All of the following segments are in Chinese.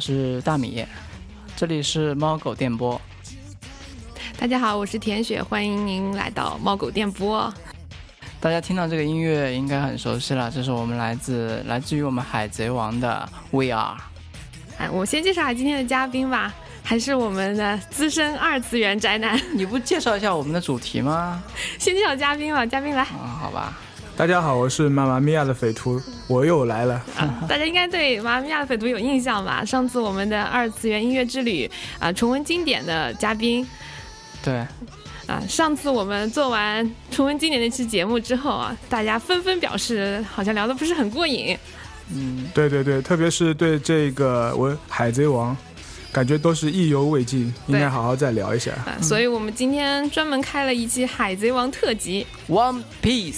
是大米，这里是猫狗电波。 大家好，我是田雪，欢迎您来到猫狗电波。 大家听到这个音乐应该很熟悉了，这是我们来自于我们海贼王的 We Are。 我先介绍下今天的嘉宾吧，还是我们的资深二次元宅男。 你不介绍一下我们的主题吗？ 先介绍嘉宾吧，嘉宾来。 好吧。 大家好，我是妈妈咪呀的匪徒，我又来了。 大家应该对妈妈咪呀的匪徒有印象吧？上次我们的二次元音乐之旅重温经典的嘉宾。 对。 上次我们做完重温经典那期节目之后大家纷纷表示好像聊得不是很过瘾。 对对对，特别是对这个我海贼王感觉都是意犹未尽，应该好好再聊一下。 所以我们今天专门开了一期海贼王特辑 One Piece。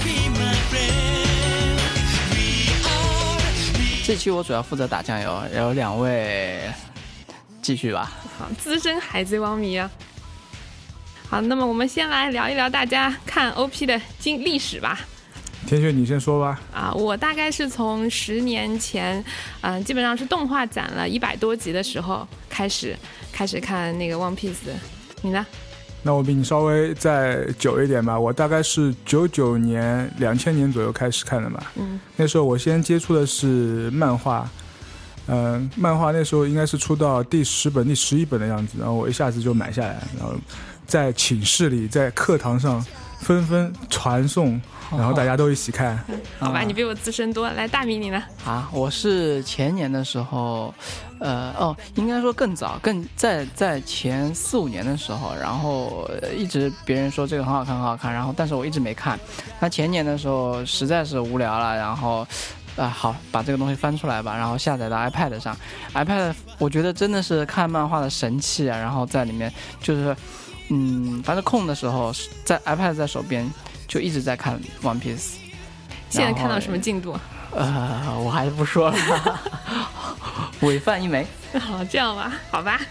这期我主要负责打酱油，有两位继续吧。 好，资深海贼王迷啊。好，那么我们先来聊一聊大家看 OP 的历史吧。 田雪，你先说吧。 我大概是从10年前，基本上是动画攒了100多集的时候开始看那个 One Piece 的。你呢？ 那我比你稍微再久一点吧，我大概是99年、2000年左右开始看的嘛。那时候我先接触的是漫画，漫画那时候应该是出到第10本、第11本的样子，然后我一下子就买下来，然后在寝室里、在课堂上纷纷传送，然后大家都一起看。 好吧，你比我资深多。来，大米你呢？ 我是前年的时候，应该说更早，在前4、5年的时候，然后一直别人说这个很好看很好看，然后但是我一直没看。那前年的时候实在是无聊了，然后好把这个东西翻出来吧，然后下载到 iPad 上。iPad 我觉得真的是看漫画的神器啊，然后在里面就是反正空的时候在 iPad 在手边就一直在看 One Piece。 现在看到什么进度？ 我还是不说了。违犯一枚。 好，这样吧，好吧。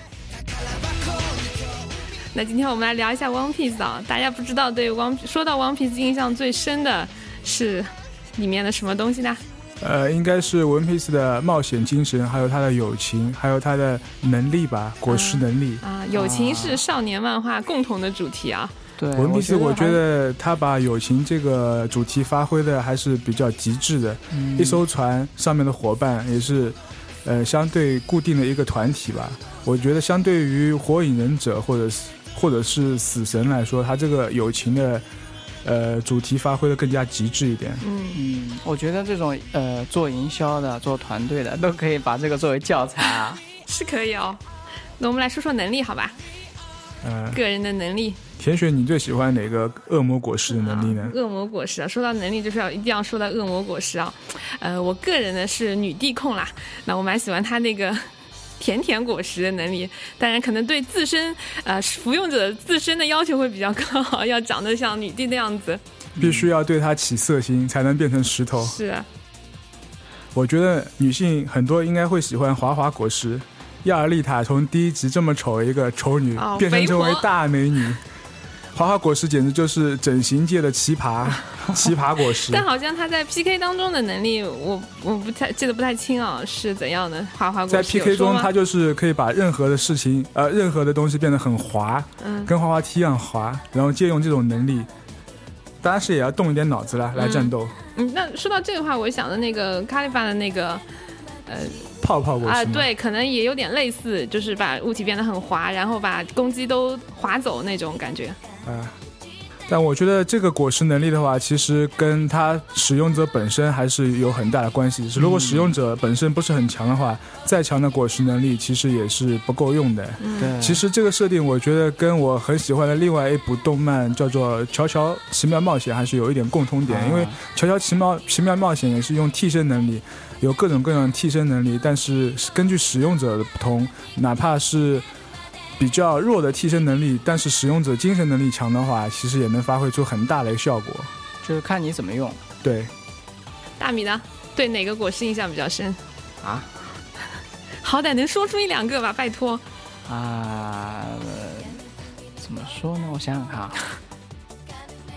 那今天我们来聊一下 One Piece 大家不知道对说到 One Piece 印象最深的是里面的什么东西呢？ 应该是 One Piece 的冒险精神，还有他的友情，还有他的能力吧，果实能力。 友情是少年漫画共同的主题啊。 对， One Piece 我觉得他把友情这个主题发挥的还是比较极致的。一艘船上面的伙伴也是相对固定的一个团体吧。我觉得相对于火影忍者或者是死神来说，他这个友情的主题发挥的更加极致一点。 我觉得这种做营销的、做团队的都可以把这个作为教材啊。 是可以哦。那我们来说说能力好吧。个人的能力。 田雪，你最喜欢哪个恶魔果实的能力呢？ 恶魔果实说到能力就是一定要说到恶魔果实我个人呢是女帝控啦，那我蛮喜欢她那个甜甜果实的能力，当然可能对自身服用者自身的要求会比较高，要长得像女帝那样子， 必须要对她起色心才能变成石头。 是我觉得女性很多应该会喜欢滑滑果实。亚尔丽塔从第1集这么丑一个丑女变成为大美女，滑滑果实简直就是整形界的奇葩果实。 但好像她在 PK 当中的能力我不太记得不太清是怎样的。滑滑果实在 PK 中她就是可以把任何的事情任何的东西变得很滑，跟滑滑梯一样滑，然后借用这种能力，当然是也要动一点脑子啦，来战斗。 那说到这个话，我想的那个卡利法的那个泡泡果实对，可能也有点类似，就是把物体变得很滑，然后把攻击都滑走那种感觉。 但我觉得这个果实能力的话，其实跟它使用者本身还是有很大的关系。如果使用者本身不是很强的话，再强的果实能力其实也是不够用的。其实这个设定我觉得跟我很喜欢的另外一部动漫叫做《乔乔奇妙冒险》还是有一点共通点。因为《乔乔奇妙冒险》也是用替身能力，有各种各样的替身能力，但是根据使用者的不同，哪怕是比较弱的替身能力，但是使用者精神能力强的话，其实也能发挥出很大的一个效果， 就是看你怎么用。 对。 大米呢？对哪个果实印象比较深好歹能说出1、2个吧，拜托。 怎么说呢？我想想看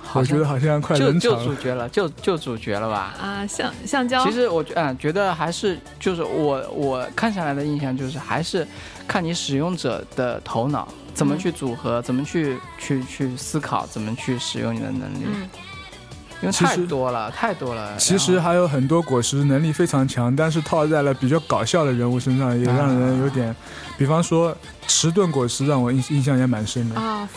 我觉得好像快冷场了。 就主角了，就主角了吧？ 啊，橡胶。 其实我觉得还是就是我看下来的印象就是还是看你使用者的头脑怎么去组合，怎么去思考，怎么去使用你的能力。因为太多了。 其实还有很多果实能力非常强，但是套在了比较搞笑的人物身上，也让人有点，比方说迟钝果实让我印象也蛮深的啊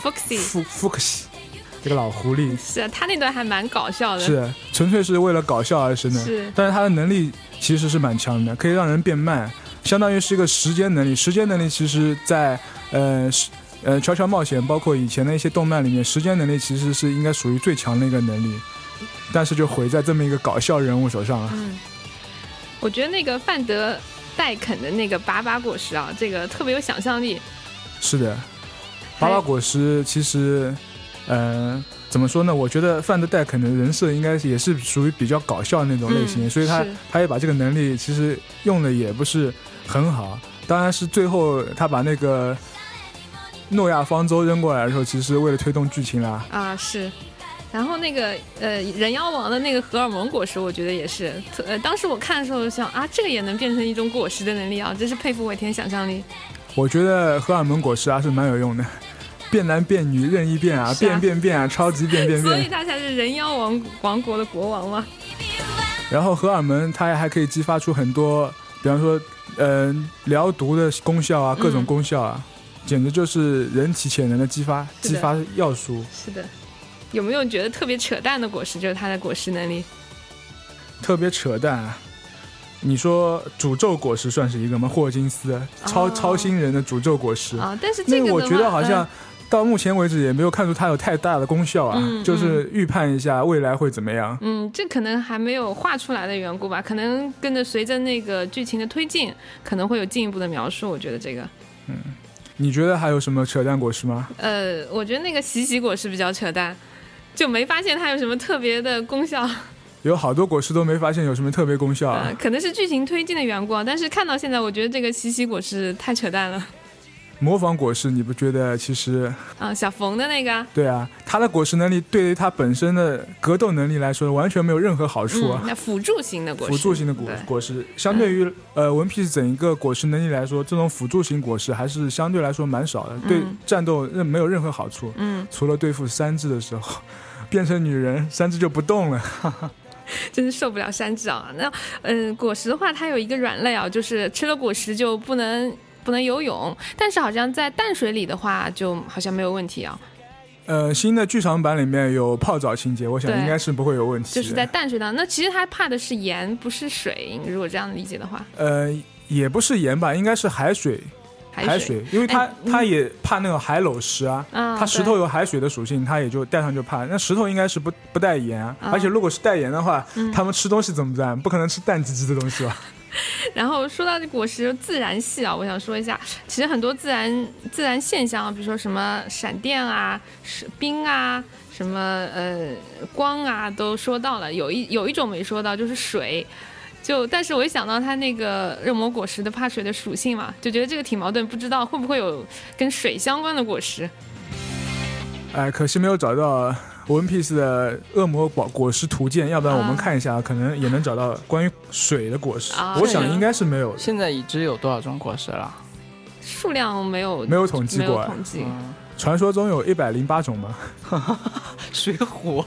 ，Foxy， 这个老狐狸， 是他那段还蛮搞笑的， 是纯粹是为了搞笑而生的。 是， 但是他的能力其实是蛮强的，可以让人变慢，相当于是一个时间能力。时间能力其实在悄悄冒险包括以前的一些动漫里面，时间能力其实是应该属于最强的一个能力，但是就毁在这么一个搞笑人物手上了。 我觉得那个范德戴肯的那个把果实啊，这个特别有想象力。 是的，把果实其实怎么说呢，我觉得范德戴肯的人设应该也是属于比较搞笑的那种类型，所以他也把这个能力其实用的也不是很好。当然是最后他把那个诺亚方舟扔过来的时候，其实为了推动剧情啦。啊， 是。然后那个人妖王的那个荷尔蒙果实，我觉得也是，当时我看的时候想啊，这个也能变成一种果实的能力啊，真是佩服尾田想象力。 我觉得荷尔蒙果实还是蛮有用的，变男变女任意变啊，变啊，超级变。 所以他才是人妖王国的国王嘛。 然后荷尔蒙它还可以激发出很多，比方说疗毒的功效啊，各种功效啊。简直就是人体潜能的激发要素。是的， 有没有觉得特别扯淡的果实？就是它的果实能力特别扯淡啊！你说诅咒果实算是一个吗？霍金斯超新人的诅咒果实啊，但是这个我觉得好像到目前为止也没有看出它有太大的功效啊，就是预判一下未来会怎么样。 这可能还没有画出来的缘故吧，可能跟着随着那个剧情的推进，可能会有进一步的描述。我觉得这个， 你觉得还有什么扯淡果实吗？ 我觉得那个洗果实比较扯淡，就没发现它有什么特别的功效。 有好多果实都没发现有什么特别功效可能是剧情推进的缘故，但是看到现在，我觉得这个洗果实太扯淡了。 模仿果实你不觉得其实小冯的那个？ 对啊，他的果实能力对于他本身的格斗能力来说完全没有任何好处啊。 那辅助型的果实， 辅助型的果实相对于文 Piece 整一个果实能力来说，这种辅助型果实还是相对来说蛮少的，对战斗没有任何好处。除了对付山治的时候变成女人，山治就不动了真是受不了山治啊。那果实的话它有一个软肋啊，就是吃了果实就不能游泳，但是好像在淡水里的话就好像没有问题啊。 新的剧场版里面有泡澡情节，我想应该是不会有问题的。 就是在淡水当中，那其实他怕的是盐不是水，如果这样理解的话。 也不是盐吧，应该是海水，因为他也怕那个海篓石啊，它石头有海水的属性，他也就带上就怕。那石头应该是不带盐啊，而且如果是带盐的话，他们吃东西怎么办？不可能吃淡唧唧的东西吧。 然后说到这果实自然系啊，我想说一下，其实很多自然现象，比如说什么闪电啊、冰啊、什么光啊，都说到了。有一种没说到，就是水。但是我一想到它那个热魔果实的怕水的属性嘛，就觉得这个挺矛盾，不知道会不会有跟水相关的果实。 可惜没有找到One Piece 的恶魔果实图鉴，要不然我们看一下，可能也能找到关于水的果实。我想应该是没有。 现在已知有多少种果实了？ 数量没有统计过。传说中有108种吧。 水浒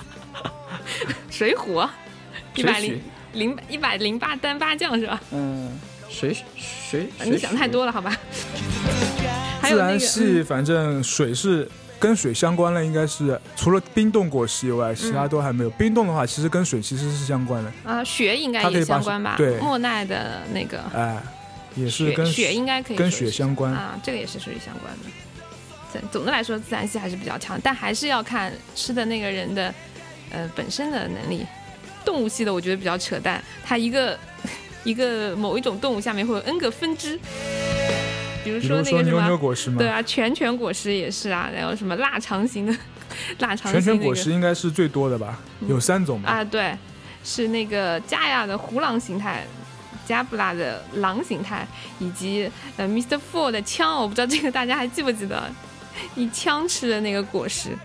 108单八将是吧？ 水你想太多了好吧。 自然系反正水是跟水相关了，应该是除了冰冻果实以外，其他都还没有。冰冻的话，其实跟水其实是相关的。雪应该也相关吧？ 对， 莫奈的那个， 也是跟雪应该可以跟雪相关啊，这个也是属于相关的。总的来说，自然系还是比较强，但还是要看吃的那个人的本身的能力。动物系的我觉得比较扯淡，它一个某一种动物下面会有 N 个分支。比如说那个什么牛果实吗？ 对啊，拳果实也是啊，然后什么腊肠型的拳果实应该是最多的吧，有3种吧。 对，是那个加亚的胡狼形态，加布拉的狼形态，以及Mr. Four 的枪，我不知道这个大家还记不记得，一枪吃的那个果实。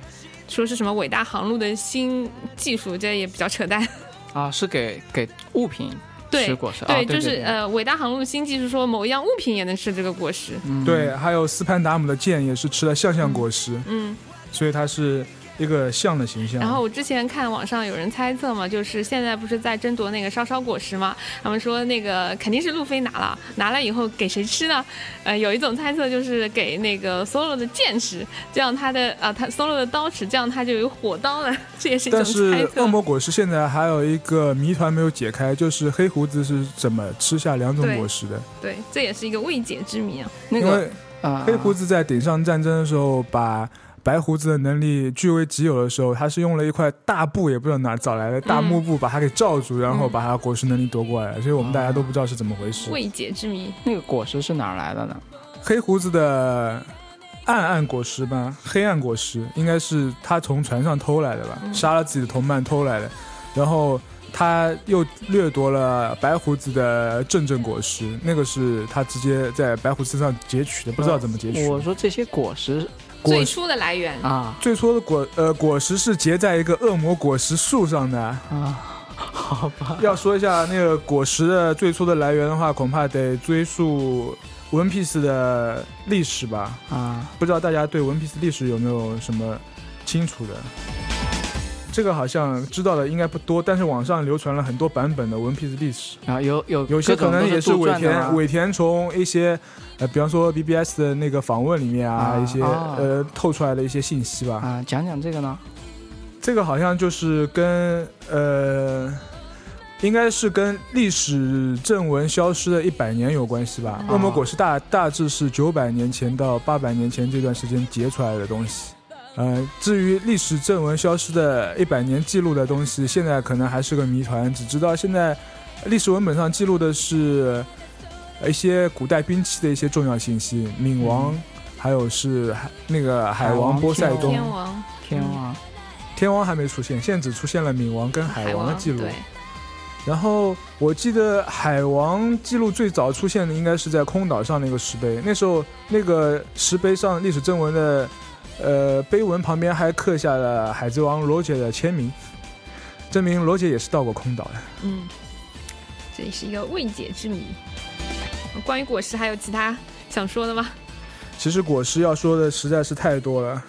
说是什么伟大航路的新技术，这也比较扯淡。 啊，是给物品吃果实。 对， 对， 就是伟大航路新技术说某一样物品也能吃这个果实。 对，还有斯潘达姆的剑也是吃了象果实。所以它是一个象的形象。 然后我之前看网上有人猜测嘛，就是现在不是在争夺那个烧烧果实嘛，他们说那个肯定是路飞拿了以后给谁吃呢？有一种猜测就是给那个 Solo 的剑吃，这样他 Solo 的刀吃，这样他就有火刀了，这也是一种猜测。 但是恶魔果实现在还有一个谜团没有解开，就是黑胡子是怎么吃下2种果实的？ 对，这也是一个未解之谜啊。 那个黑胡子在顶上战争的时候把白胡子的能力据为己有的时候，他是用了一块大布，也不知道哪找来的大幕布把它给罩住，然后把他果实能力夺过来，所以我们大家都不知道是怎么回事。 未解之谜。 那个果实是哪来的呢？ 黑胡子的暗果实吧，黑暗果实应该是他从船上偷来的吧，杀了自己的同伴偷来的，然后他又掠夺了白胡子的正果实，那个是他直接在白胡子身上截取的，不知道怎么截取的。 我说这些果实最初的来源啊， 最初的果实是结在一个恶魔果实树上的啊。好吧， 要说一下那个果实的最初的来源的话，恐怕得追溯One Piece 的历史吧。不知道大家对One Piece 历史有没有什么清楚的？这个好像知道的应该不多，但是网上流传了很多版本的One Piece 历史啊，有些可能也是尾田从一些比方说 BBS 的那个访问里面一些透出来的一些信息吧。 讲讲这个呢？ 这个好像就是跟应该是跟历史正文消失的100年有关系吧。恶魔果实大致是900年前到800年前这段时间结出来的东西。至于历史正文消失的100年记录的东西，现在可能还是个谜团，只知道现在历史文本上记录的是一些古代兵器的一些重要信息，冥王，还有是那个海王波塞冬，天王还没出现，现在只出现了冥王跟海王的记录。然后我记得海王记录最早出现的应该是在空岛上那个石碑，那时候那个石碑上历史正文的碑文旁边还刻下了海贼王罗杰的签名，证明罗杰也是到过空岛的。 这也是一个未解之谜。关于果实还有其他想说的吗？ 其实果实要说的实在是太多了。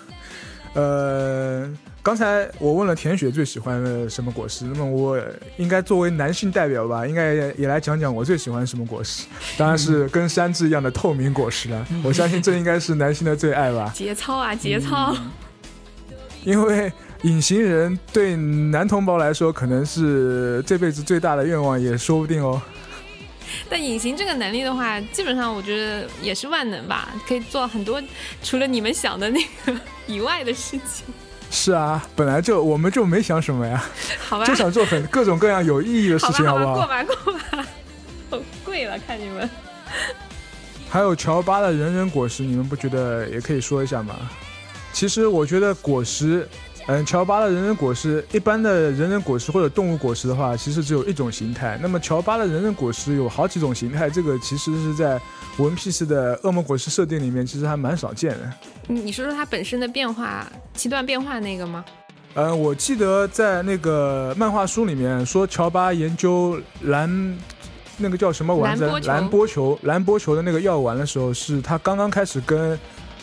刚才我问了田雪最喜欢的什么果实，那么我应该作为男性代表吧，应该也来讲讲我最喜欢什么果实。当然是跟山治一样的透明果实了，我相信这应该是男性的最爱吧。 节操啊节操。 因为隐形人对男同胞来说可能是这辈子最大的愿望也说不定哦。 但隐形这个能力的话，基本上我觉得也是万能吧，可以做很多除了你们想的那个以外的事情。 是啊，本来我们就没想什么呀， 好吧， 就想做各种各样有意义的事情，好不好？ 过吧，好贵了，看你们。 还有乔巴的人人果实，你们不觉得也可以说一下吗？其实我觉得果实，乔巴的人人果实，一般的人人果实或者动物果实的话，其实只有一种形态。那么乔巴的人人果实有好几种形态，这个其实是在文 piece 的恶魔果实设定里面，其实还蛮少见的。 你说说它本身的变化，7段变化那个吗？ 我记得在那个漫画书里面说，乔巴研究那个叫什么丸子，蓝波球的那个药丸的时候，是他刚刚开始跟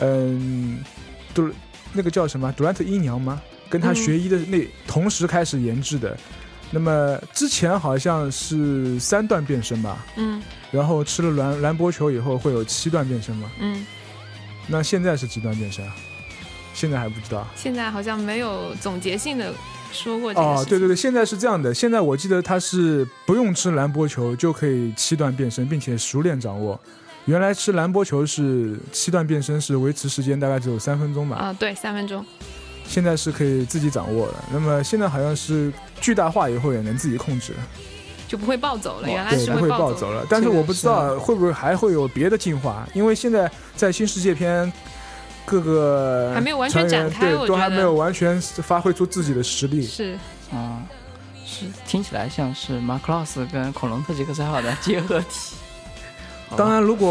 那个叫什么杜兰特姨娘吗？跟他学医的同时开始研制的。那么之前好像是3段变身吧，然后吃了蓝波球以后会有7段变身嘛，那现在是几段变身啊？现在还不知道， 现在好像没有总结性的说过这个事情。 对对对，现在是这样的，现在我记得他是不用吃蓝波球就可以7段变身，并且熟练掌握。原来吃蓝波球是7段变身是维持时间大概只有3分钟吧？ 对，3分钟。 现在是可以自己掌握的，那么现在好像是巨大化以后也能自己控制了， 就不会暴走了。原来是会暴走了，但是我不知道会不会还会有别的进化，因为现在在新世界篇各个还没有完全展开， 对，都还没有完全发挥出自己的实力。 是是听起来像是马克劳斯跟恐龙特吉克赛号的结合体。 当然，如果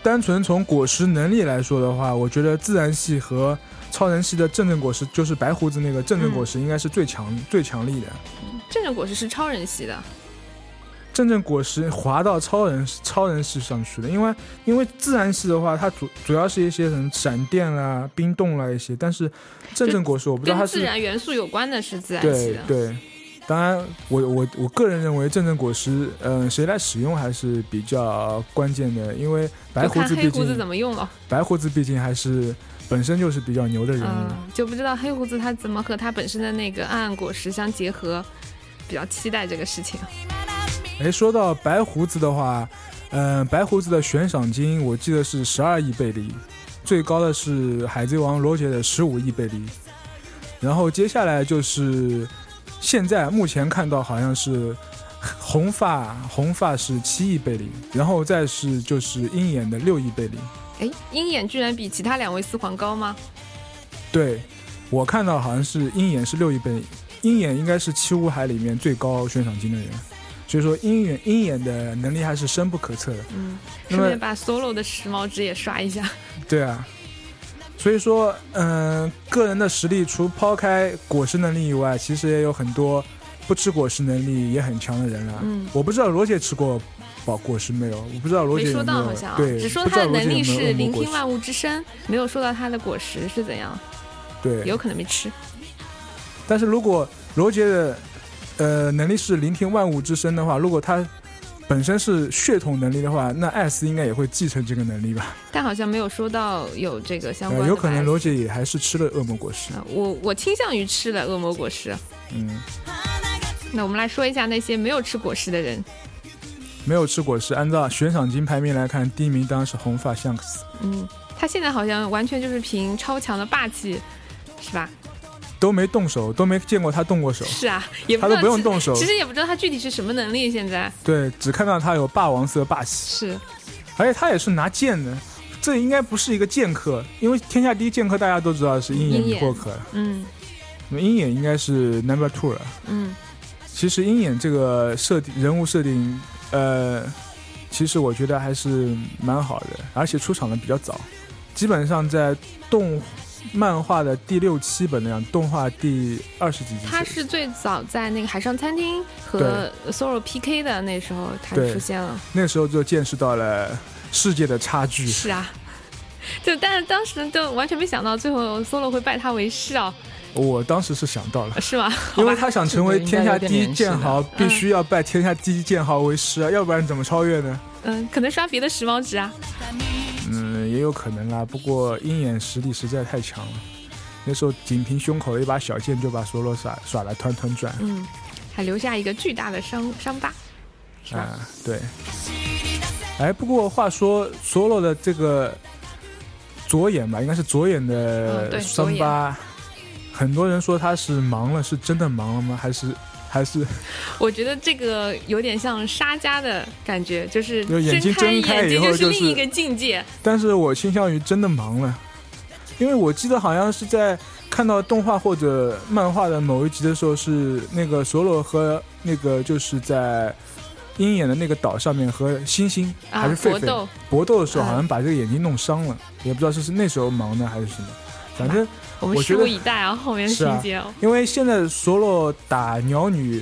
单纯从果实能力来说的话，我觉得自然系和超人系的正果实，就是白胡子那个正果实应该是最强力的。 正果实是超人系的， 正果实滑到超人系上去的，因为自然系的话，它主要是一些什么闪电啦、冰冻啦一些，但是正果实我不知道它是跟自然元素有关的是自然系的。 对，当然我个人认为正果实，谁来使用还是比较关键的，因为白胡子毕竟就看黑胡子怎么用了。 白胡子毕竟还是本身就是比较牛的人物， 就不知道黑胡子他怎么和他本身的那个暗暗果实相结合，比较期待这个事情。 说到白胡子的话，白胡子的悬赏金我记得是12亿贝利，最高的是海贼王罗杰的15亿贝利，然后接下来就是现在目前看到好像是红发是7亿贝利，然后再是就是鹰眼的6亿贝利。 鹰眼居然比其他2位4皇高吗？ 对，我看到好像是鹰眼是6亿贝利，鹰眼应该是七武海里面最高悬赏金的人，所以说鹰眼的能力还是深不可测的。 顺便把 Solo 的时髦值也刷一下。 对啊，所以说个人的实力除抛开果实能力以外，其实也有很多不吃果实能力也很强的人了。我不知道罗杰吃过果实没有，我不知道罗杰有没有， 没说到好像， 对， 只说他的能力是聆听万物之声，没有说到他的果实是怎样。 对， 有可能没吃。 但是如果罗杰的能力是聆听万物之声的话，如果他本身是血统能力的话，那艾斯应该也会继承这个能力吧？ 但好像没有说到有这个相关的。 有可能罗杰也还是吃了恶魔果实。 我倾向于吃了恶魔果实。那我们来说一下那些没有吃果实的人。 没有吃果实，按照悬赏金排名来看，第一名当然是红发香克斯。 他现在好像完全就是凭超强的霸气，是吧？ 都没动手，都没见过他动过手。 是啊，也不知道他都不用动手。 其实也不知道他具体是什么能力。现在对，只看到他有霸王色霸气。 是， 而且他也是拿剑的，这应该不是一个剑客，因为天下第一剑客大家都知道是鹰眼米霍克。那么鹰眼应该是 No.2 了。其实鹰眼这个人物设定，其实我觉得还是蛮好的，而且出场的比较早，基本上在漫画的第6、7本那样，动画第20几集。他是最早在那个海上餐厅和 Solo PK 的那时候他出现了， 那时候就见识到了世界的差距。 是啊，但是当时就完全没想到最后 Solo 会拜他为师啊。 我当时是想到了， 是吗？ 因为他想成为天下第一剑豪，必须要拜天下第一剑豪为师啊，要不然怎么超越呢？ 可能刷别的时髦值啊。 也有可能啦。不过鹰眼实力实在太强了，那时候仅凭胸口的一把小剑就把索罗耍得团团转。 还留下一个巨大的伤疤，是吧？ 对。不过话说索罗的这个左眼吧，应该是左眼的伤疤。很多人说他是盲了，是真的盲了吗？还是？我觉得这个有点像沙加的感觉，就是眼睛睁开以后就是另一个境界。 但是我倾向于真的盲了，因为我记得好像是在看到动画或者漫画的某一集的时候，是那个索罗和那个就是在鹰眼的那个岛上面和星星还是狒狒搏斗的时候，好像把这个眼睛弄伤了，也不知道是那时候盲呢还是什么。反正我们拭目以待啊，后面情节因为现在索罗打鸟女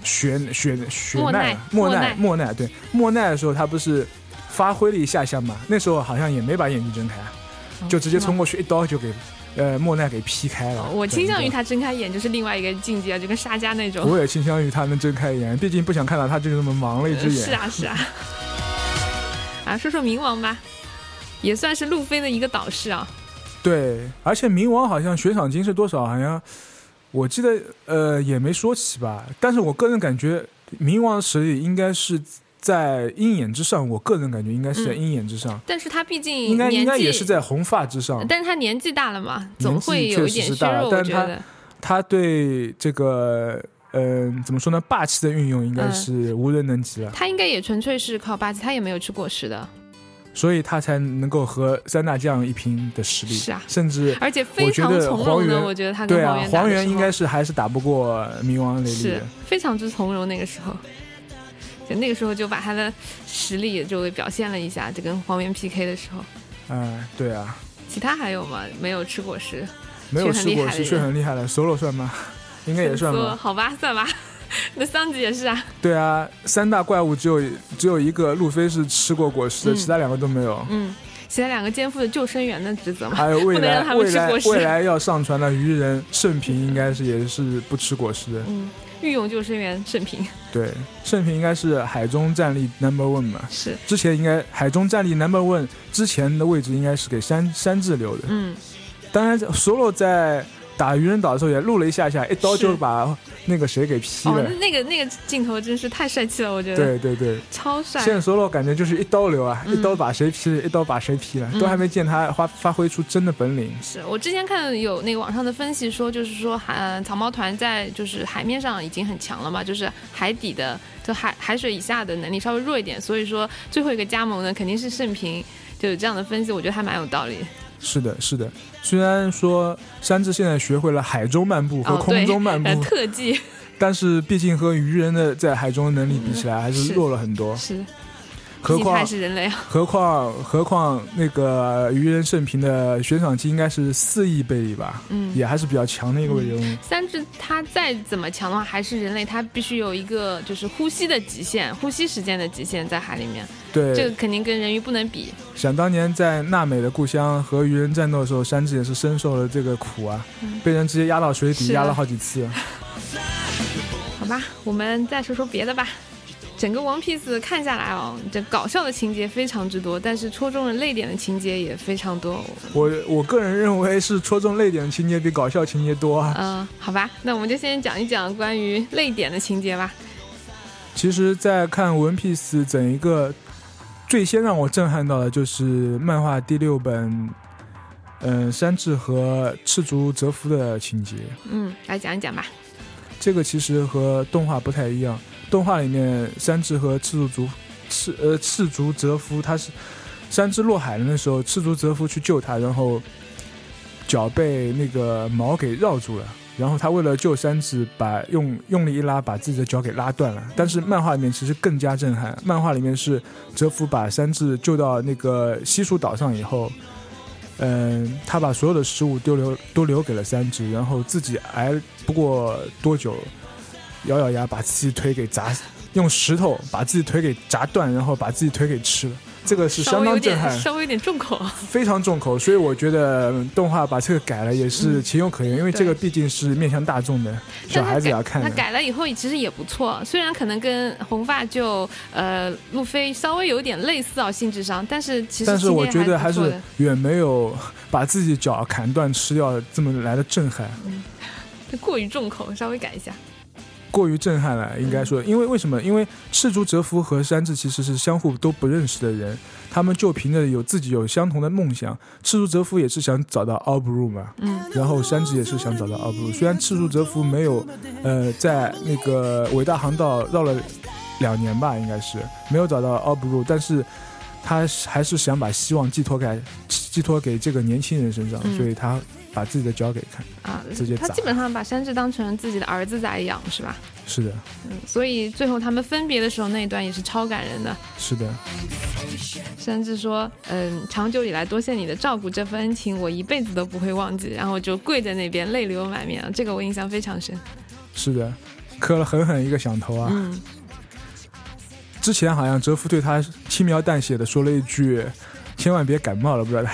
莫奈对莫奈的时候，他不是发挥了一下嘛？那时候好像也没把眼睛睁开，就直接冲过去一刀就给莫奈给劈开了。 我倾向于他睁开眼就是另外一个境界，就跟沙加那种。 我也倾向于他能睁开眼，毕竟不想看到他就这么盲了一只眼。 是啊。说说冥王吧，也算是路飞的一个导师啊。 对，而且冥王好像悬赏金是多少？好像我记得也没说起吧。但是我个人感觉冥王的实力应该是在鹰眼之上，我个人感觉应该是在鹰眼之上。 但是他毕竟应该也是在红发之上。 但是他年纪大了嘛，总会有一点削弱。我觉得他对这个怎么说呢？霸气的运用应该是无人能及了。 他应该也纯粹是靠霸气，他也没有吃果实的。 所以他才能够和三大将一拼的实力。 是啊， 甚至而且非常从容的，我觉得他跟黄猿黄猿应该是还是打不过冥王雷利的， 是非常之从容。那个时候就那个时候就把他的实力也就表现了一下，就跟黄猿 PK 的时候。 对啊。 其他还有吗？没有吃果实， 没有吃果实却很厉害的 solo 算吗？应该也算吧。 好吧，算吧。那桑吉也是啊。 对啊，3大怪物只有一个路飞是吃过果实的，其他2个都没有。 其他2个肩负的救生员的职责嘛， 还有未来要上传的鱼人圣平应该也是不吃果实的。 御用救生员圣平。 对，圣平应该是海中战力 No.1 嘛。 是。 之前应该海中战力 No.1 之前的位置应该是给山治留的。当然 solo 在打鱼人岛的时候也录了一下，一刀就把那个谁给劈了。 那个镜头真是太帅气了，我觉得。 对， 超帅。 现在 solo 感觉就是一刀流啊，一刀把谁劈了，一刀把谁劈了，都还没见他发挥出真的本领。 是我之前看有那个网上的分析说，就是说草帽团在就是海面上已经很强了嘛，就是海底的就海水以下的能力稍微弱一点，所以说最后一个加盟呢肯定是圣平，就有这样的分析，我觉得还蛮有道理。是的。虽然说山治现在学会了海中漫步和空中漫步特技， 但是毕竟和鱼人的在海中的能力比起来还是弱了很多。 是。 何况还是人类啊！ 何况那个鱼人圣平的悬赏期应该是4亿贝里吧？也还是比较强的一个人物。 三只他再怎么强的话，还是人类，他必须有一个就是呼吸的极限，呼吸时间的极限在海里面。 对， 这个肯定跟人鱼不能比。想当年在娜美的故乡和鱼人战斗的时候，山治也是深受了这个苦啊，被人直接压到水底，压了好几次。 好吧，我们再说说别的吧。整个 One Piece 看下来这搞笑的情节非常之多，但是戳中了泪点的情节也非常多。 我个人认为是戳中泪点的情节比搞笑情节多啊。 好吧，那我们就先讲一讲关于泪点的情节吧。 其实在看 One Piece 整一个最先让我震撼到的就是漫画第6本山治和赤足哲夫的情节。 来讲一讲吧。 这个其实和动画不太一样，动画里面山治和赤足哲夫，他是山治落海的时候，赤足哲夫去救他，然后脚被那个毛给绕住了，然后他为了救山治用力一拉，把自己的脚给拉断了。但是漫画里面其实更加震撼，漫画里面是哲夫把山治救到那个西蜀岛上以后，他把所有的食物都留给了山治，然后自己挨不过多久，咬牙把自己腿给用石头把自己腿给砸断，然后把自己腿给吃了。这个是相当震撼， 稍微有点重口， 非常重口，所以我觉得动画把这个改了也是情有可原，因为这个毕竟是面向大众的，小孩子要看的。 他改了以后其实也不错，虽然可能跟红发就路飞稍微有点类似性质上，但是我觉得还是远没有把自己脚砍断吃掉这么来的震撼。 过于重口，稍微改一下。 过于震撼了，应该说，为什么？因为赤足哲夫和山治其实是相互都不认识的人，他们就凭着自己有相同的梦想。赤足哲夫也是想找到奥布鲁嘛，然后山治也是想找到奥布鲁。虽然赤足哲夫没有，在那个伟大航道绕了2年吧，应该是没有找到奥布鲁，但是他还是想把希望寄托给这个年轻人身上，所以他把自己的脚给直接砸。 他基本上把山治当成自己的儿子在养，是吧？ 是的。 所以最后他们分别的时候那一段也是超感人的。 是的。 山治说长久以来多谢你的照顾，这份恩情我一辈子都不会忘记，然后就跪在那边泪流满面，这个我印象非常深。是的， 磕了狠狠一个响头啊。之前好像哲夫对他轻描淡写的说了一句千万别感冒了，不知道他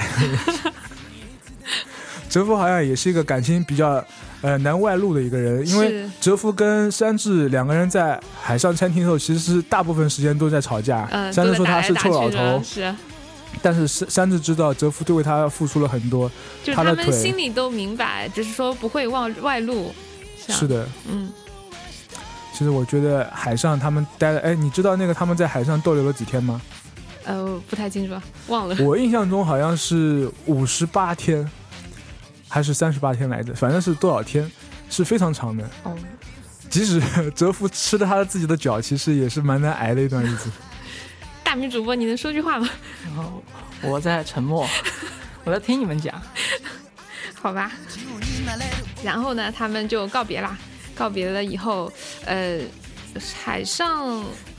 哲夫好像也是一个感情比较难外露的一个人，因为哲夫跟山治2个人在海上餐厅的时候其实是大部分时间都在吵架，山治说他是臭老头，但是山治知道哲夫对为他付出了很多， 就是他们心里都明白，只是说不会外露。 是的。其实我觉得海上他们待了，你知道那个他们在海上逗留了几天吗？ 不太清楚，忘了。 我印象中好像是58天还是38天来着，反正是多少天，是非常长的。即使哲夫吃了他自己的脚，其实也是蛮难挨的一段日子。 大米主播，你能说句话吗？ 我在沉默，我在听你们讲。 好吧。然后呢，他们就告别啦。告别了以后，海上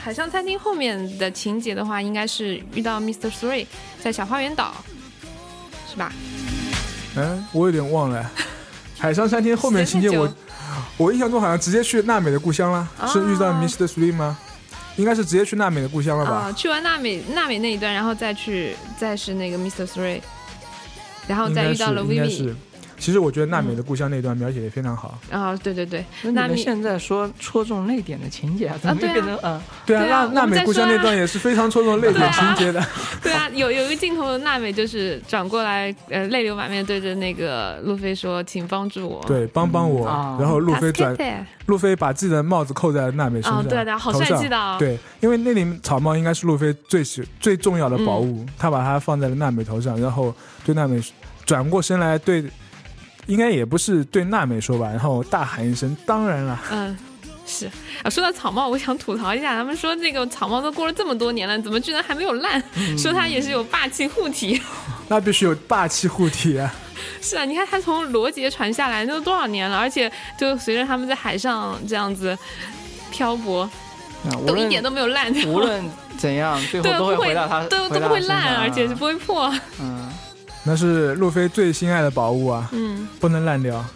海上餐厅后面的情节的话，应该是遇到 Mr. Three 在小花园岛，是吧？ 我有点忘了。海上餐厅后面情节我印象中好像直接去娜美的故乡了，是遇到 Mr. Three 吗？应该是直接去娜美的故乡了吧？ 去完娜美那一段，然后再是那个 Mr. Three， 然后再遇到了 Vivi。 其实我觉得娜美的故乡那段描写也非常好。 对对对， 那你们现在说戳中泪点的情节怎么变成对啊，娜美故乡那段也是非常戳中泪点情节的。 对啊，有一个镜头，娜美就是转过来，泪流满面对着那个路飞说：“请帮助我。” 对，帮我。然后路飞把自己的帽子扣在娜美身上。 对的，好帅气的。 对，因为那顶草帽应该是路飞最重要的宝物，他把它放在了娜美头上，然后对娜美转过身来对。应该也不是对娜美说吧，然后大喊一声当然了。 是说到草帽，我想吐槽一下，他们说这个草帽都过了这么多年了，怎么居然还没有烂，说它也是有霸气护体。 那必须有霸气护体啊。 是啊，你看它从罗杰传下来那都多少年了，而且就随着他们在海上这样子漂泊，都一点都没有烂掉。 无论怎样最后都会回到它， 都不会烂，而且是不会破。 那是路飞最心爱的宝物啊，不能烂掉。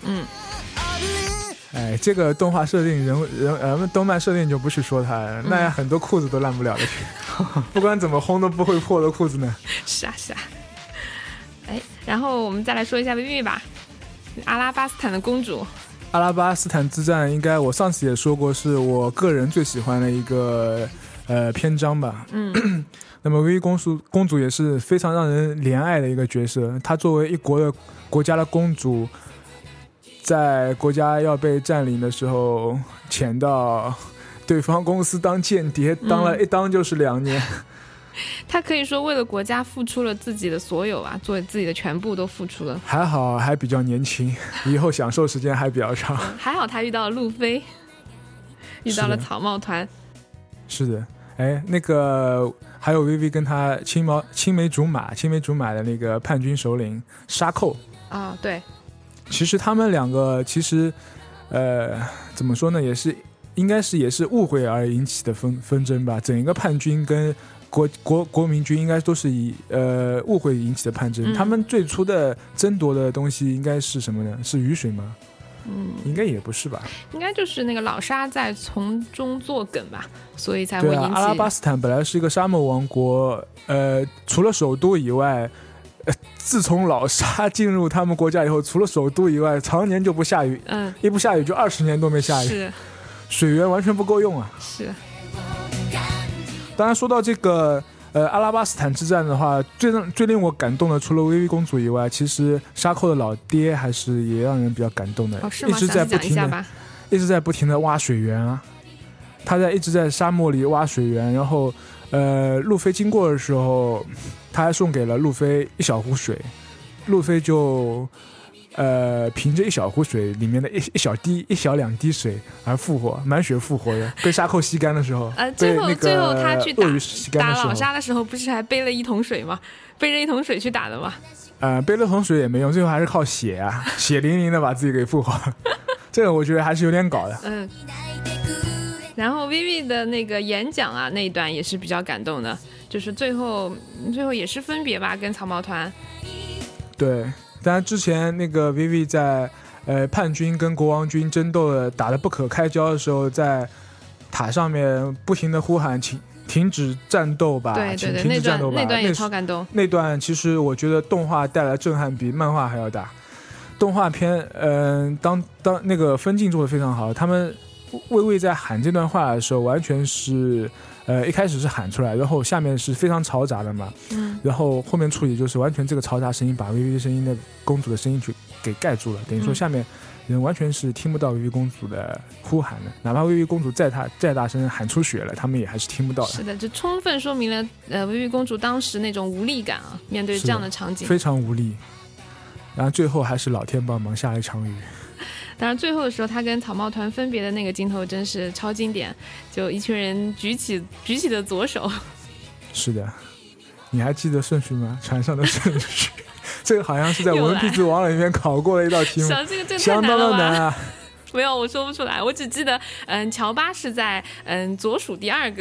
这个动画设定动漫设定就不去说它了，那很多裤子都烂不了的去，不管怎么烘都不会破的裤子呢。 是啊。然后我们再来说一下 Vivi 吧，阿拉巴斯坦的公主。 阿拉巴斯坦之战应该我上次也说过，是我个人最喜欢的一个篇章吧。那么薇薇公主也是非常让人怜爱的一个角色，她作为一国家的公主，在国家要被占领的时候潜到对方公司当间谍，当了一当就是2年。 她可以说为了国家付出了自己的所有啊，作为自己的全部都付出了。 还好还比较年轻，以后享受时间还比较长。 还好她遇到了路飞，遇到了草帽团。 是的。那个还有薇薇跟他青梅竹马的那个叛军首领沙寇对， 其实他们两个怎么说呢，应该是误会而引起的纷争吧。整一个叛军跟国民军应该都是以误会引起的叛争。他们最初的争夺的东西应该是什么呢？是雨水吗？应该也不是吧， 应该就是那个老沙在从中作梗吧，所以才会引起。 阿拉巴斯坦本来是一个沙漠王国，除了首都以外，自从老沙进入他们国家以后，除了首都以外，常年就不下雨，一不下雨就20年都没下雨， 是水源完全不够用啊。 是。 当然说到这个阿拉巴斯坦之战的话，最令我感动的，除了薇薇公主以外，其实沙寇的老爹还是也让人比较感动的。一直在不停的挖水源啊，他一直在沙漠里挖水源，然后路飞经过的时候，他还送给了路飞一小壶水，路飞就凭着一小壶水里面的一小两滴水而复活，满血复活的。被沙寇吸干的时候， 最后他去打老沙的时候，不是还背了一桶水吗？背着一桶水去打的吗？ 背了桶水也没用，最后还是靠血啊，血淋淋的把自己给复活。这个我觉得还是有点搞的。 然后 Vivi 的那个演讲啊，那一段也是比较感动的，就是最后也是分别吧，跟草帽团。 对。当然之前那个 Vivi 在叛军跟国王军争斗的打得不可开交的时候，在塔上面不停的呼喊停止战斗吧， 对， 停止战斗吧， 那段也超感动。 那段其实我觉得动画带来震撼比漫画还要大。动画片当那个分镜做得非常好，他们魏魏在喊这段话的时候完全是一开始是喊出来，然后下面是非常嘈杂的嘛，然后后面处理就是完全这个嘈杂声音把薇薇的声音的公主的声音给盖住了，等于说下面人完全是听不到薇薇公主的呼喊的，哪怕薇薇公主再大声喊出血了，他们也还是听不到的。 是的，这充分说明了薇薇公主当时那种无力感啊，面对这样的场景非常无力。然后最后还是老天帮忙下了一场雨。 当然最后的时候他跟草帽团分别的那个镜头真是超经典，就一群人举起的左手。 是的，你还记得顺序吗？船上的顺序这个好像是在文笔之王里面考过的一道题目， 这个相当的难啊。 没有，我说不出来，我只记得乔巴是在左数第2个，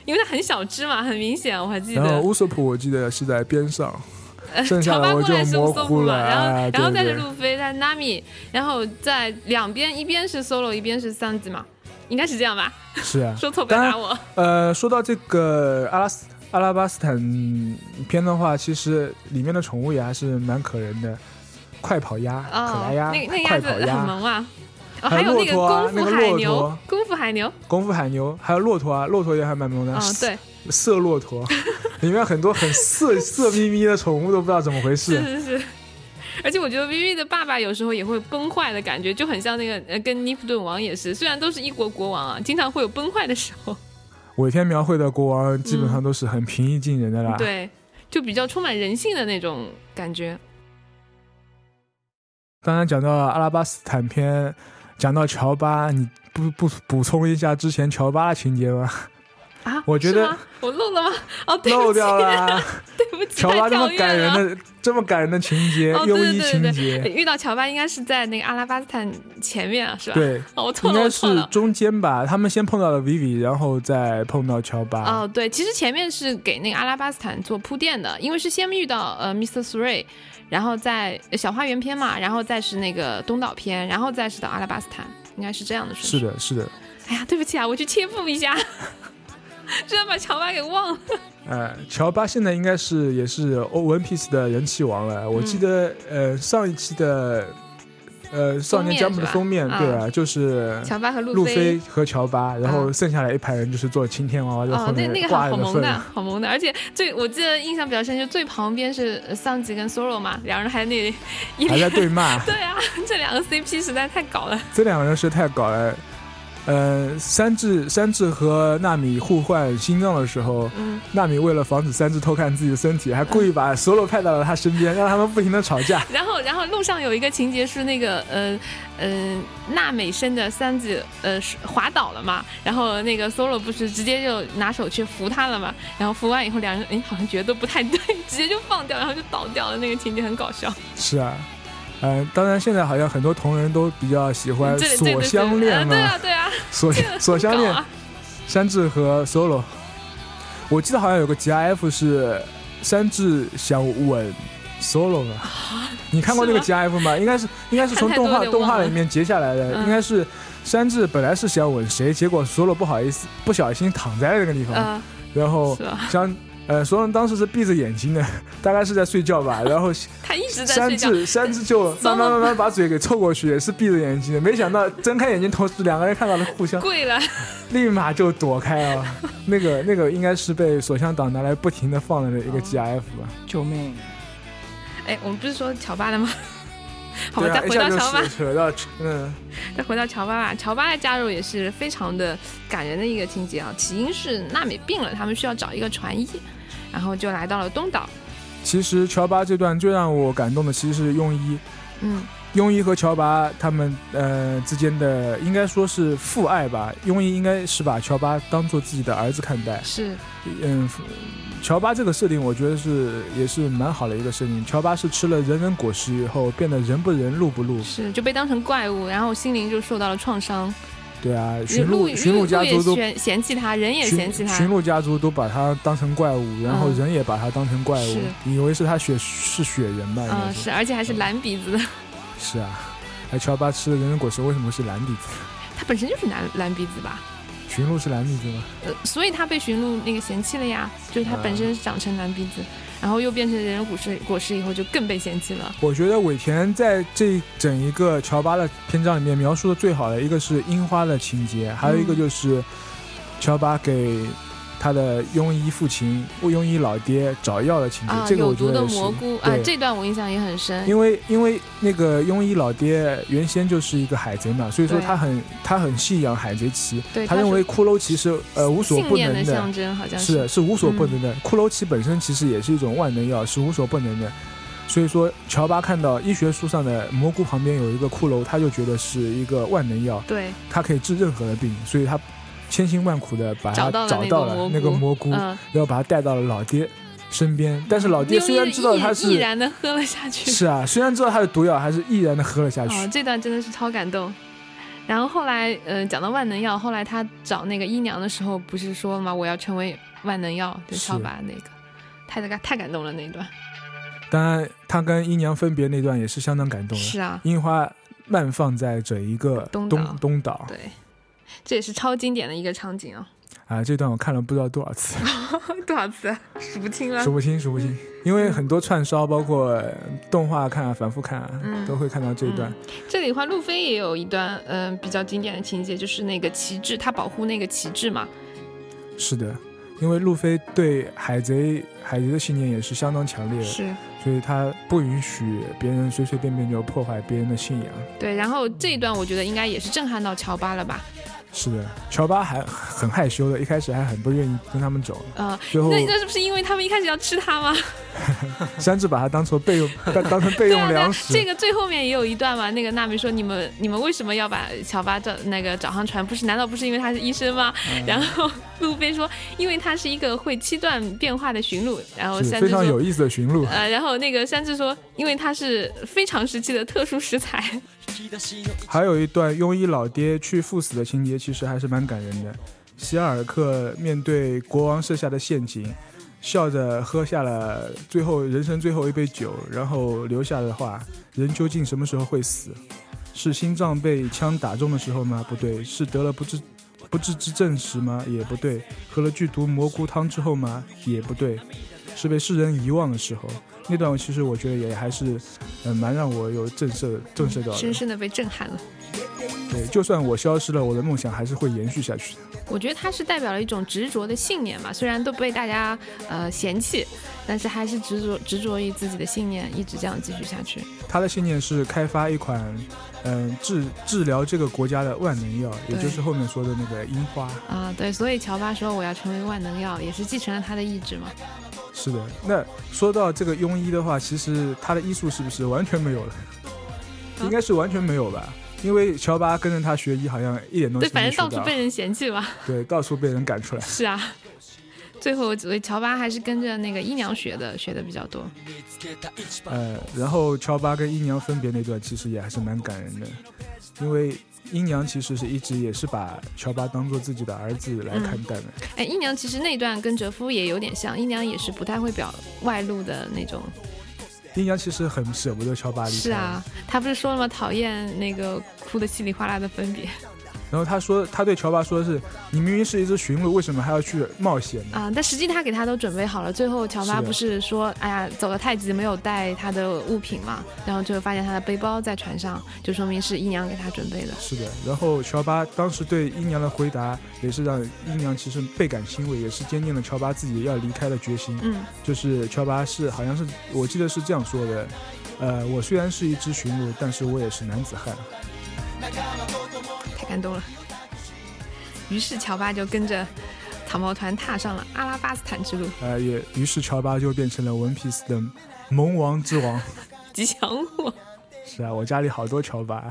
因为它很小只嘛，很明显，我还记得。 然后乌索普我记得是在边上，剩下乔巴的我就过来是模乌索普嘛， 糊了。 然后再是对路飞，再是 Nami， 然后在两边，一边是 Solo， 一边是桑吉嘛，应该是这样吧？ 是啊， 说错不要打我。 说到这个阿拉巴斯坦篇的话，其实里面的宠物也还是蛮可人的，快跑鸭、可莱鸭、 那鸭子很快跑鸭， 萌啊。 还有那个功夫海牛， 功夫海牛，还有骆驼啊，骆驼也还蛮萌的。 对， 色骆驼，里面很多很色眯眯的宠物都不知道怎么回事。 是。而且我觉得 Vivi 的爸爸有时候也会崩坏的感觉，就很像那个跟尼夫顿王也是，虽然都是一国国王啊，经常会有崩坏的时候。尾田描绘的国王基本上都是很平易近人的啦， 对，就比较充满人性的那种感觉。 当然讲到阿拉巴斯坦篇，讲到乔巴，你不补充一下之前乔巴的情节吗？ 啊， 我觉得我漏了吗？哦，对不起， 漏掉了。 对不起， 乔巴这么感人的情节，庸医情节。 遇到乔巴应该是在那个阿拉巴斯坦前面啊，是吧？ 对， 我错了， 应该是中间吧。他们先碰到了 Vivi， 然后再碰到乔巴。 哦，对，其实前面是给那个阿拉巴斯坦做铺垫的，因为是先遇到Mr. Three， 然后在小花园篇嘛，然后再是那个东岛篇，然后再是到阿拉巴斯坦，应该是这样的顺序。 是的。 哎呀，对不起啊，我去切腹一下。居然把乔巴给忘了。 乔巴现在应该也是 One Piece 的人气王了。我记得上一期的少年 Jump 的封面，对啊，就是乔巴和路飞和乔巴，然后剩下来一排人就是做晴天娃娃，在后面那个挂着的份。 好萌的，而且我记得印象比较深，就最旁边是桑吉跟 Solo 嘛，两人还在对骂。 对啊，这两个 CP 实在太搞了。 这两个人是太搞了。三智和纳米互换心脏的时候，纳米为了防止三智偷看自己的身体，还故意把索罗派到了他身边，让他们不停的吵架。 然后路上有一个情节是那个纳美生的三智滑倒了嘛，然后那个索罗不是直接就拿手去扶他了嘛，然后扶完以后两人好像觉得都不太对，直接就放掉，然后就倒掉了，那个情节很搞笑。 是啊。当然现在好像很多同人都比较喜欢锁相恋嘛， 对啊， 锁相恋，山治和 Solo。我记得好像有个 GIF 是山治想吻 Solo 嘛，你看过那个 GIF 吗？应该是从动画里面截下来的，应该是山治本来是想吻谁，结果 Solo 不小心躺在了那个地方，然后索隆当时是闭着眼睛的，大概是在睡觉吧，然后他一直在睡觉， 山治就慢慢把嘴给凑过去，也是闭着眼睛的，没想到睁开眼睛同时两个人看到了互相跪了， 立马就躲开了。那个应该是被锁香党拿来不停的放的一个 GIF 吧。 救命！ 我们不是说乔巴的吗？好， 对啊， 再回到乔巴， 再回到乔巴吧。乔巴的加入也是非常的感人的一个情节啊。起因是娜美病了，他们需要找一个船医，然后就来到了东岛。 其实乔巴这段最让我感动的其实是庸一，庸一和乔巴他们之间的应该说是父爱吧。庸一应该是把乔巴当做自己的儿子看待， 是， 乔巴这个设定我觉得也是蛮好的一个设定。乔巴是吃了人果实以后变得人不人路不路， 是就被当成怪物，然后心灵就受到了创伤。 对啊，驯鹿家族都嫌弃他，人也嫌弃他， 驯鹿家族都把他当成怪物，然后人也把他当成怪物，以为是他是雪人吧？ 是，而且还是蓝鼻子的。 是啊，乔巴吃了人果实为什么是蓝鼻子？ 他本身就是蓝鼻子吧？ 驯鹿是蓝鼻子吗？ 所以他被驯鹿那个嫌弃了呀，就是他本身长成蓝鼻子，然后又变成人果实以后就更被嫌弃了。 我觉得尾田在这整一个乔巴的篇章里面描述的最好的一个是樱花的情节，还有一个就是乔巴给他的庸一父亲庸一老爹找药的情节，这个我觉得有毒的蘑菇啊，这段我印象也很深。因为那个庸一老爹原先就是一个海贼嘛，所以说他很信仰海贼旗，他认为骷髅旗是无所不能的象征，好像是无所不能的。骷髅旗本身其实也是一种万能药，是无所不能的。所以说乔巴看到医学书上的蘑菇旁边有一个骷髅，他就觉得是一个万能药， 对， 它可以治任何的病，所以他千辛万苦的把他找到了那个蘑菇，然后把他带到了老爹身边。但是老爹虽然知道他是毅然的喝了下去， 是啊，虽然知道他是毒药，还是毅然的喝了下去。 这段真的是超感动。 然后后来讲到万能药，后来他找那个姨娘的时候不是说吗，我要成为万能药，对，乔巴那个太感动了那一段。 当然他跟姨娘分别那段也是相当感动的。 是啊， 樱花漫放在整一个东岛， 对，这也是超经典的一个场景啊！这段我看了不知道多少次， 多少次数不清了， 数不清，因为很多串烧，包括动画看啊、反复看啊，都会看到这一段。 这里的话，路飞也有一段比较经典的情节，就是那个旗帜，他保护那个旗帜嘛。 是的，因为路飞对海贼的信念也是相当强烈的， 是，所以他不允许别人随随便便就破坏别人的信仰。 对，然后这一段我觉得应该也是震撼到乔巴了吧。 是的，乔巴还很害羞的，一开始还很不愿意跟他们走。最后那是不是因为他们一开始要吃他吗？ 山治把他当成备用粮食。 这个最后面也有一段嘛，那个娜美说你们为什么要把乔巴找上船？难道不是因为他是医生吗？然后路飞说因为他是一个会7段变化的驯鹿，然后山治说非常有意思的驯鹿。 然后那个山治说因为他是非常时期的特殊食材。 还有一段庸医老爹去赴死的情节，其实还是蛮感人的。希亚尔克面对国王设下的陷阱，笑着喝下了人生最后一杯酒，然后留下的话：人究竟什么时候会死？是心脏被枪打中的时候吗？不对。是得了不治之症时吗？也不对。喝了剧毒蘑菇汤之后吗？也不对。是被世人遗忘的时候。那段其实我觉得也还是蛮让我有震慑到的， 深深的被震撼了。 对，就算我消失了，我的梦想还是会延续下去的。 我觉得它是代表了一种执着的信念嘛，虽然都被大家嫌弃，但是还是执着于自己的信念，一直这样继续下去。 他的信念是开发一款治疗这个国家的万能药，也就是后面说的那个樱花啊。对，所以乔巴说我要成为万能药，也是继承了他的意志嘛。 是的，那说到这个庸医的话，其实他的医术是不是完全没有了？应该是完全没有吧，因为乔巴跟着他学医好像一点东西没学到。 对，反正到处被人嫌弃吧。 对，到处被人赶出来。 是啊，最后乔巴还是跟着那个姨娘学的比较多。 然后乔巴跟姨娘分别那段其实也还是蛮感人的，因为姨娘其实是一直也是把乔巴当做自己的儿子来看待的。 姨娘其实那段跟哲夫也有点像，姨娘也是不太会表外露的那种。 姨娘其实很舍不得乔巴离开。 是啊，她不是说了吗？讨厌那个哭得稀里哗啦的分别。 然后他对乔巴说的是：“你明明是一只驯鹿，为什么还要去冒险呢？” 但实际他给他都准备好了。最后乔巴不是说：“哎呀，走得太急，没有带他的物品嘛。”然后最后发现他的背包在船上，就说明是姨娘给他准备的。 是的。然后乔巴当时对姨娘的回答，也是让姨娘其实倍感欣慰，也是坚定了乔巴自己要离开的决心。就是乔巴好像是我记得是这样说的：“我虽然是一只驯鹿，但是我也是男子汉。” 太感动了。于是乔巴就跟着草帽团踏上了阿拉巴斯坦之路。 于是乔巴就变成了文皮斯的萌王之王， 吉祥物。 是啊，我家里好多乔巴。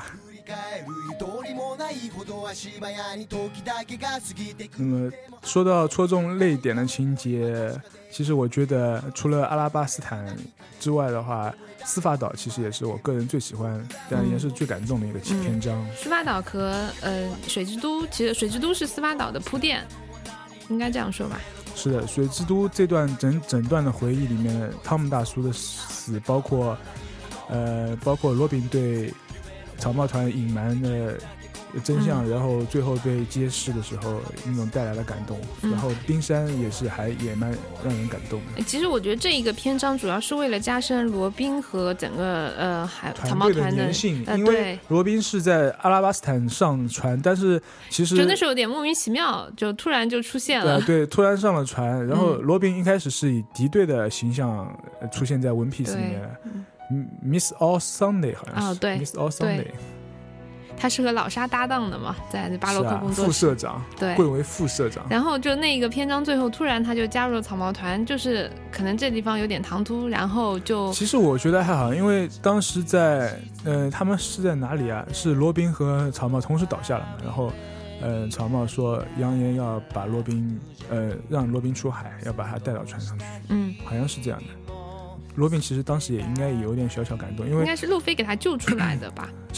那么说到戳中泪点的情节，其实我觉得除了阿拉巴斯坦之外的话，司法岛其实也是我个人最喜欢，但也是最感动的一个篇章。 司法岛和水之都，其实水之都是司法岛的铺垫，应该这样说吧。 是的，水之都这段整段的回忆里面，汤姆大叔的死，包括罗宾对草帽团隐瞒的真相，然后最后被揭示的时候那种带来的感动，然后冰山也蛮让人感动的。 其实我觉得这一个篇章主要是为了加深罗宾和整个草帽团的粘性，因为罗宾是在阿拉巴斯坦上船，但是其实就那时候有点莫名其妙，就突然就出现了。 对，突然上了船，然后罗宾一开始是以敌对的形象出现在 One Piece 里面。Miss All Sunday 好像是， 对 Miss All Sunday， 他是和老沙搭档的嘛，在巴洛克工作室， 副社长， 对， 贵为副社长。 然后就那个篇章最后突然他就加入了草帽团，就是可能这地方有点唐突，然后就其实我觉得还好，因为当时在他们是在哪里啊？是罗宾和草帽同时倒下了嘛，然后草帽说扬言要把罗宾让罗宾出海，要把他带到船上去，好像是这样的。罗宾其实当时也应该有点小小感动，因为应该是路飞给他救出来的吧。 是的，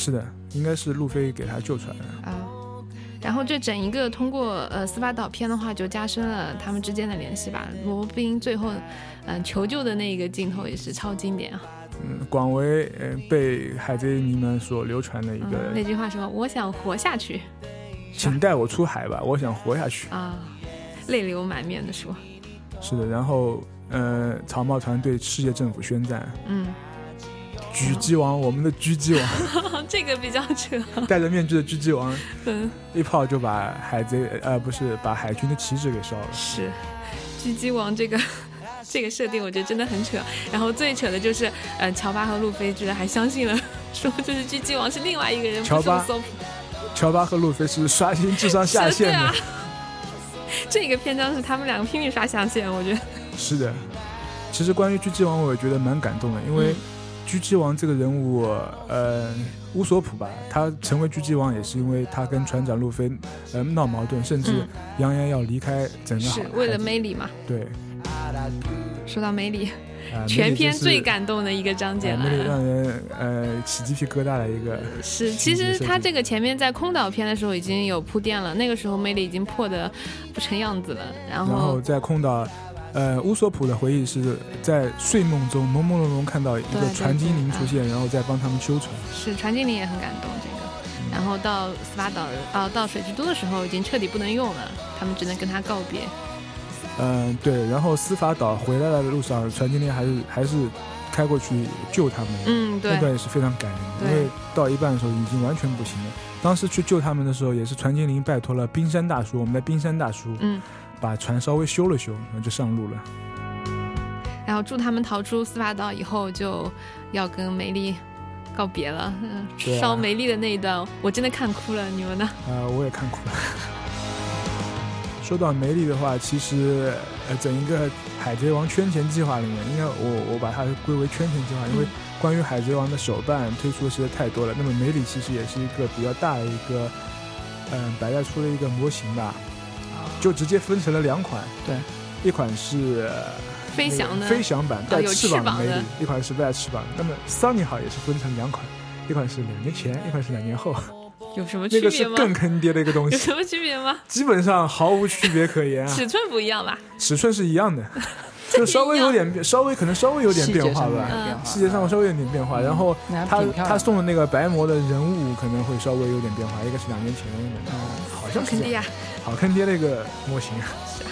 应该是路飞给他救出来的啊。然后这整一个通过司法岛篇的话，就加深了他们之间的联系吧。罗宾最后求救的那一个镜头也是超经典啊。 广为被海贼迷们所流传的一个、 那句话说我想活下去， 请带我出海吧，我想活下去啊，泪流满面的说。 是的，然后草帽团对世界政府宣战，狙击王，我们的狙击王这个比较扯， 戴着面具的狙击王一炮就把海贼不是把海军的旗帜给烧了。 是狙击王这个设定我觉得真的很扯。然后最扯的就是乔巴和路飞居然还相信了说就是狙击王是另外一个人， 乔巴和路飞是刷新智商下限的。 啊，这个篇章是他们两个拼命刷下限，我觉得是的。其实关于狙击王我也觉得蛮感动的，因为狙击王这个人物乌索普吧，他成为狙击王也是因为他跟船长路飞闹矛盾，甚至扬言要离开整个是为了梅里嘛。 对， 说到梅里全篇最感动的一个章节了， 梅里让人起鸡皮疙瘩的一个是。其实他这个前面在空岛篇的时候已经有铺垫了，那个时候梅里已经破得不成样子了，然后在空岛乌索普的回忆是在睡梦中朦朦胧胧看到一个传精灵出现，然后再帮他们修船。是传精灵也很感动这个。然后到斯巴岛到水之都的时候已经彻底不能用了，他们只能跟他告别。 对，然后司法岛回来的路上，传精灵还是开过去救他们。 对， 那段也是非常感人，因为到一半的时候已经完全不行了。当时去救他们的时候，也是传精灵拜托了冰山大叔，我们的冰山大叔，把船稍微修了修，然后就上路了。 然后助他们逃出司法岛以后，就要跟梅丽告别了。烧梅丽的那一段，我真的看哭了，你们呢？ 我也看哭了。说到梅丽的话，其实整一个海贼王圈钱计划里面，应该我把它归为圈钱计划，因为关于海贼王的手办推出的实在太多了。那么梅丽其实也是一个比较大的一个摆在出的一个模型吧，就直接分成了2款。 对， 一款是飞翔版带翅膀的梅丽，一款是不带翅膀的。那么桑尼号也是分成2款，一款是2年前，一款是2年后。 有什么区别吗？ 那个是更坑爹的一个东西。 有什么区别吗？ 基本上毫无区别可言尺寸不一样吧？ 尺寸是一样的，就稍微有点变化吧，细节上稍微有点变化。然后他送的那个白魔的人物可能会稍微有点变化，一个是2年前的，好像是好坑爹的一个模型。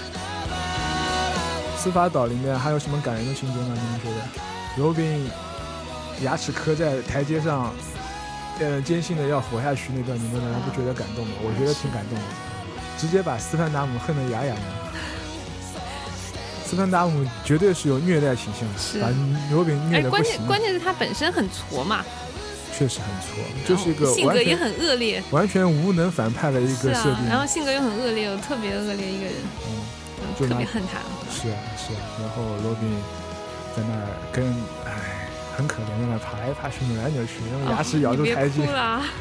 司法岛里面还有什么感人的情节吗？你们觉得？罗宾牙齿磕在台阶上。坚信的要活下去那段，你们难道不觉得感动吗？我觉得挺感动的，直接把斯潘达姆恨得牙痒痒。斯潘达姆绝对是有虐待倾向，把罗宾虐得不行。 关键是他本身很挫嘛， 确实很挫，就是一个性格也很恶劣， 完全无能反派的一个设定。 然后性格又很恶劣，特别恶劣一个人，特别恨他。 是啊，然后罗宾在那儿跟很可怜，在那爬来爬去，扭来扭去，然后牙齿咬住台阶。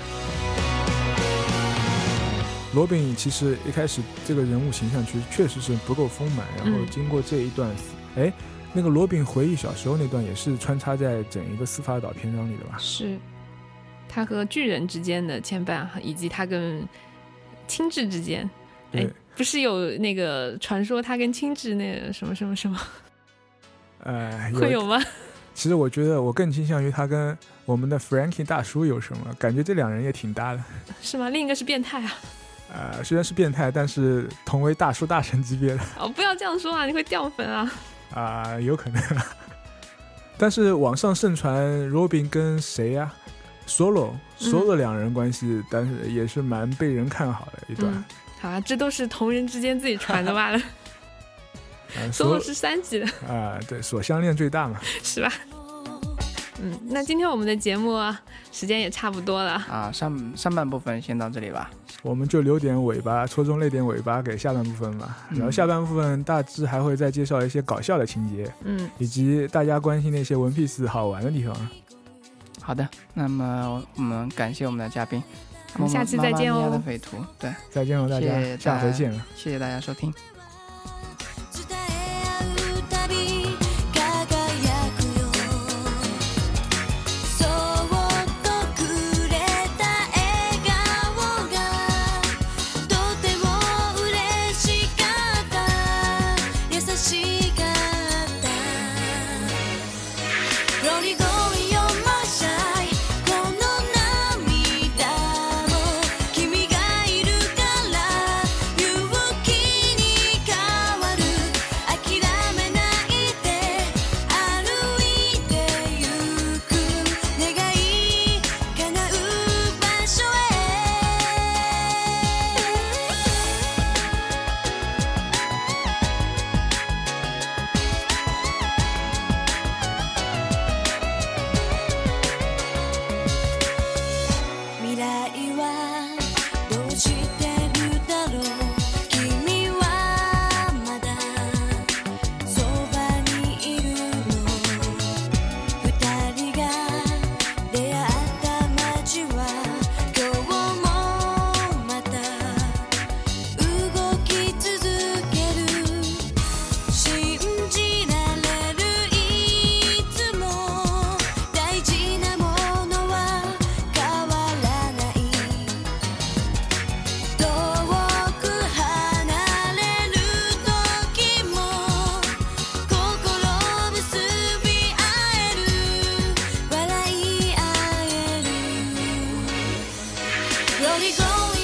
罗宾其实一开始这个人物形象确实是不够丰满，然后经过这一段，那个罗宾回忆小时候那段也是穿插在整一个司法岛篇章里的吧？是， 他和巨人之间的牵绊，以及他跟青雉之间，不是有那个传说他跟青雉那个什么什么什么？会有吗？ 其实我觉得我更倾向于他跟我们的 Frankie 大叔有什么，感觉这2人也挺搭的。是吗？另一个是变态啊。 虽然是变态，但是同为大叔大神级别的。 不要这样说啊，你会掉粉啊。 有可能。但是网上盛传 Robin 跟谁呀？Solo 2人关系，但是也是蛮被人看好的一段。 好啊，这都是同人之间自己传的罢了。Solo 是3级的对，所相恋最大嘛， 是吧？那今天我们的节目时间也差不多了上半部分先到这里吧， 我们就留点尾巴，戳中泪点尾巴给下半部分吧。然后下半部分大致还会再介绍一些搞笑的情节，以及大家关心的一些文 Piece 好玩的地方。好的，那么我们感谢我们的嘉宾， 我们下期再见哦。 的匪徒，对， 再见哦，大家，下回见了， 谢谢大家收听。 里共